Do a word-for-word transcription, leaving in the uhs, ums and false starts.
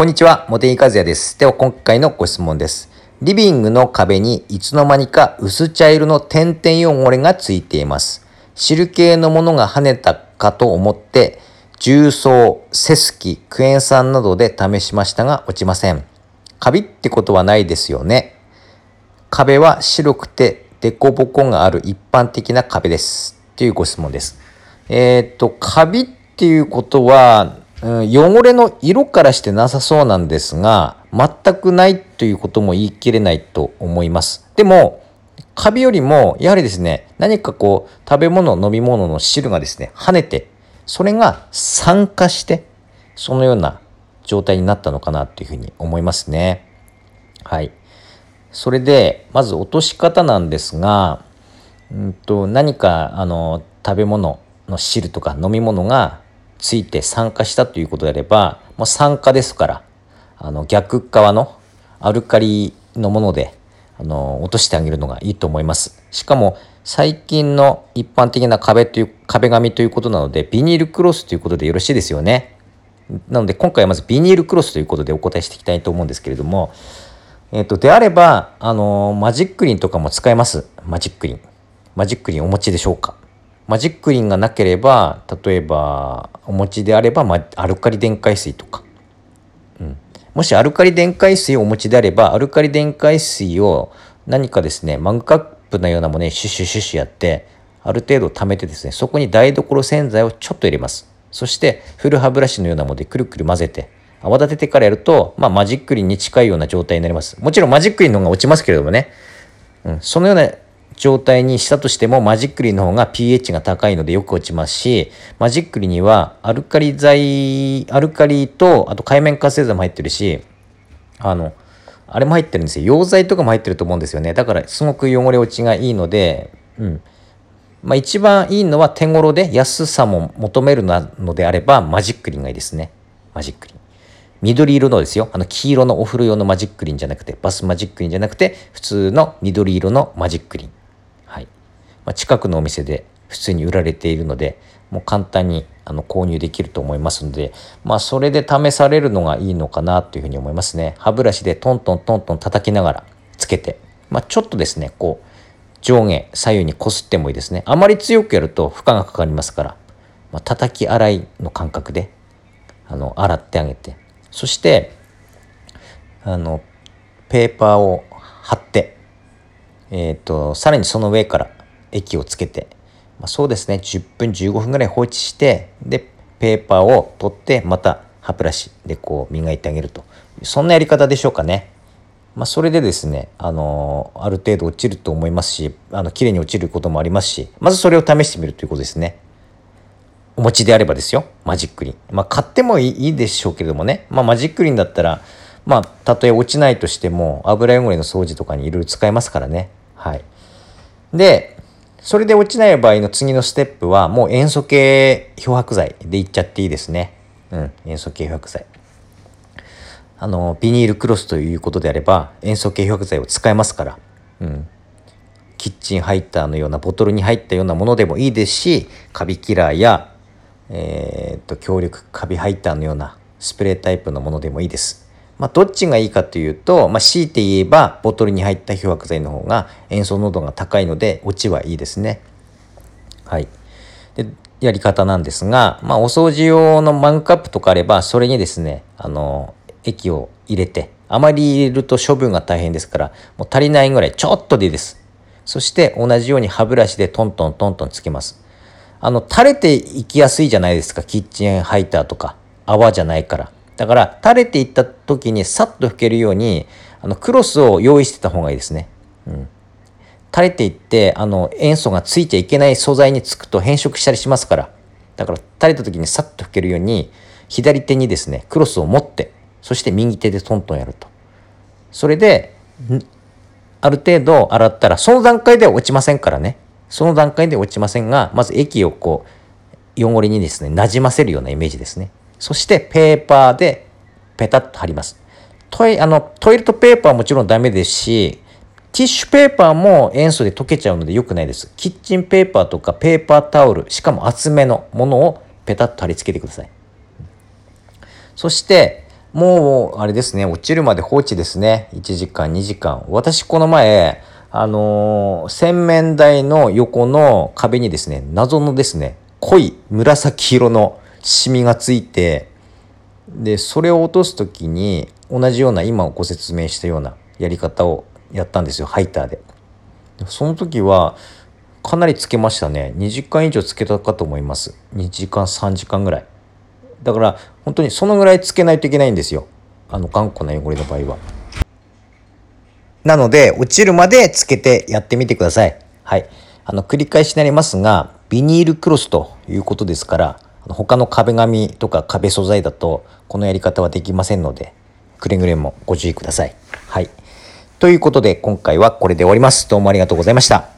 こんにちは、茂木和也です。では今回のご質問です。リビングの壁にいつの間にか薄茶色の点々汚れがついています。汁系のものが跳ねたかと思って、重曹、セスキ、クエン酸などで試しましたが落ちません。カビってことはないですよね。壁は白くて凸凹がある一般的な壁です。というご質問です。えー、っと、カビっていうことは、うん、汚れの色からしてなさそうなんですが、全くないということも言い切れないと思います。でも、カビよりも、やはりですね、何かこう、食べ物、飲み物の汁がですね、跳ねて、それが酸化して、そのような状態になったのかなというふうに思いますね。はい。それで、まず落とし方なんですが、うんと、何か、あの、食べ物の汁とか飲み物が、ついて酸化したということであれば、もう酸化ですから、あの逆側のアルカリのものであの落としてあげるのがいいと思います。しかも最近の一般的な壁という壁紙ということなので、ビニールクロスということでよろしいですよね。なので今回はまずビニールクロスということでお答えしていきたいと思うんですけれども、えっとであればあのマジックリンとかも使えます。マジックリンマジックリンお持ちでしょうか。マジックリンがなければ、例えばお持ちであれば、ま、アルカリ電解水とか、うん、もしアルカリ電解水をお持ちであれば、アルカリ電解水を何かですね、マグカップのようなものにシュッシュシュッシュやって、ある程度溜めてですね、そこに台所洗剤をちょっと入れます。そしてフル歯ブラシのようなものでくるくる混ぜて泡立ててからやると、まあ、マジックリンに近いような状態になります。もちろんマジックリンの方が落ちますけれどもね、うん、そのような状態にしたとしてもマジックリンの方が pH が高いのでよく落ちますし、マジックリンにはアルカリ剤アルカリとあと界面活性剤も入ってるし、あのあれも入ってるんですよ。溶剤とかも入ってると思うんですよね。だからすごく汚れ落ちがいいので、うんまあ、一番いいのは手頃で安さも求めるのであればマジックリンがいいですね。マジックリン緑色のですよ。あの黄色のお風呂用のマジックリンじゃなくて、バスマジックリンじゃなくて、普通の緑色のマジックリン。はい。まあ、近くのお店で普通に売られているので、もう簡単にあの購入できると思いますので、まあそれで試されるのがいいのかなというふうに思いますね。歯ブラシでトントントントン叩きながらつけて、まあちょっとですね、こう上下左右にこすってもいいですね。あまり強くやると負荷がかかりますから、まあ、叩き洗いの感覚であの洗ってあげて、そしてあのペーパーを貼って、えーと、さらにその上から液をつけて、まあ、そうですねじゅっぷんじゅうごふんぐらい放置して、でペーパーを取ってまた歯ブラシでこう磨いてあげると、そんなやり方でしょうかね。まあ、それでですね、あのー、ある程度落ちると思いますし、あの綺麗に落ちることもありますし、まずそれを試してみるということですね。お持ちであればですよ、マジックリン。まあ買ってもいいでしょうけれどもね、まあマジックリンだったら、まあたとえ落ちないとしても油汚れの掃除とかにいろいろ使えますからね。はい。で、それで落ちない場合の次のステップはもう塩素系漂白剤でいっちゃっていいですね。うん、塩素系漂白剤。あのビニールクロスということであれば塩素系漂白剤を使えますから、うん、キッチンハイターのようなボトルに入ったようなものでもいいですし、カビキラーやえー、と強力カビハイターのようなスプレータイプのものでもいいです。まあ、どっちがいいかというと、まあ、強いて言えばボトルに入った漂白剤の方が塩素濃度が高いので落ちはいいですね。はい。でやり方なんですが、まあ、お掃除用のマグカップとかあればそれにですねあの液を入れて、あまり入れると処分が大変ですから、もう足りないぐらいちょっとでいいです。そして同じように歯ブラシでトントントントンつけます。あの垂れていきやすいじゃないですか、キッチンハイターとか泡じゃないから。だから垂れていった時にさっと拭けるようにあのクロスを用意してた方がいいですね。うん、垂れていってあの塩素がついちゃいけない素材につくと変色したりしますから、だから垂れた時にさっと拭けるように左手にですねクロスを持って、そして右手でトントンやると、それである程度洗ったらその段階では落ちませんからね。その段階で落ちませんが、まず液をこう汚れにですねなじませるようなイメージですね。そしてペーパーでペタッと貼ります。トイあのトイレットペーパーはもちろんダメですし、ティッシュペーパーも塩素で溶けちゃうので良くないです。キッチンペーパーとかペーパータオル、しかも厚めのものをペタッと貼り付けてください。そしてもう、あれですね、落ちるまで放置ですね。いちじかん、にじかん。私、この前、あのー洗面台の横の壁にですね、謎のですね、濃い紫色のシミがついて、で、それを落とすときに、同じような今ご説明したようなやり方をやったんですよ、ハイターで。その時は、かなりつけましたね。にじかん以上つけたかと思います。にじかん、さんじかんぐらい。だから本当にそのぐらいつけないといけないんですよ。あの頑固な汚れの場合は。なので落ちるまでつけてやってみてください。はい。あの繰り返しになりますが、ビニールクロスということですから、他の壁紙とか壁素材だとこのやり方はできませんので、くれぐれもご注意ください。はい。ということで今回はこれで終わります。どうもありがとうございました。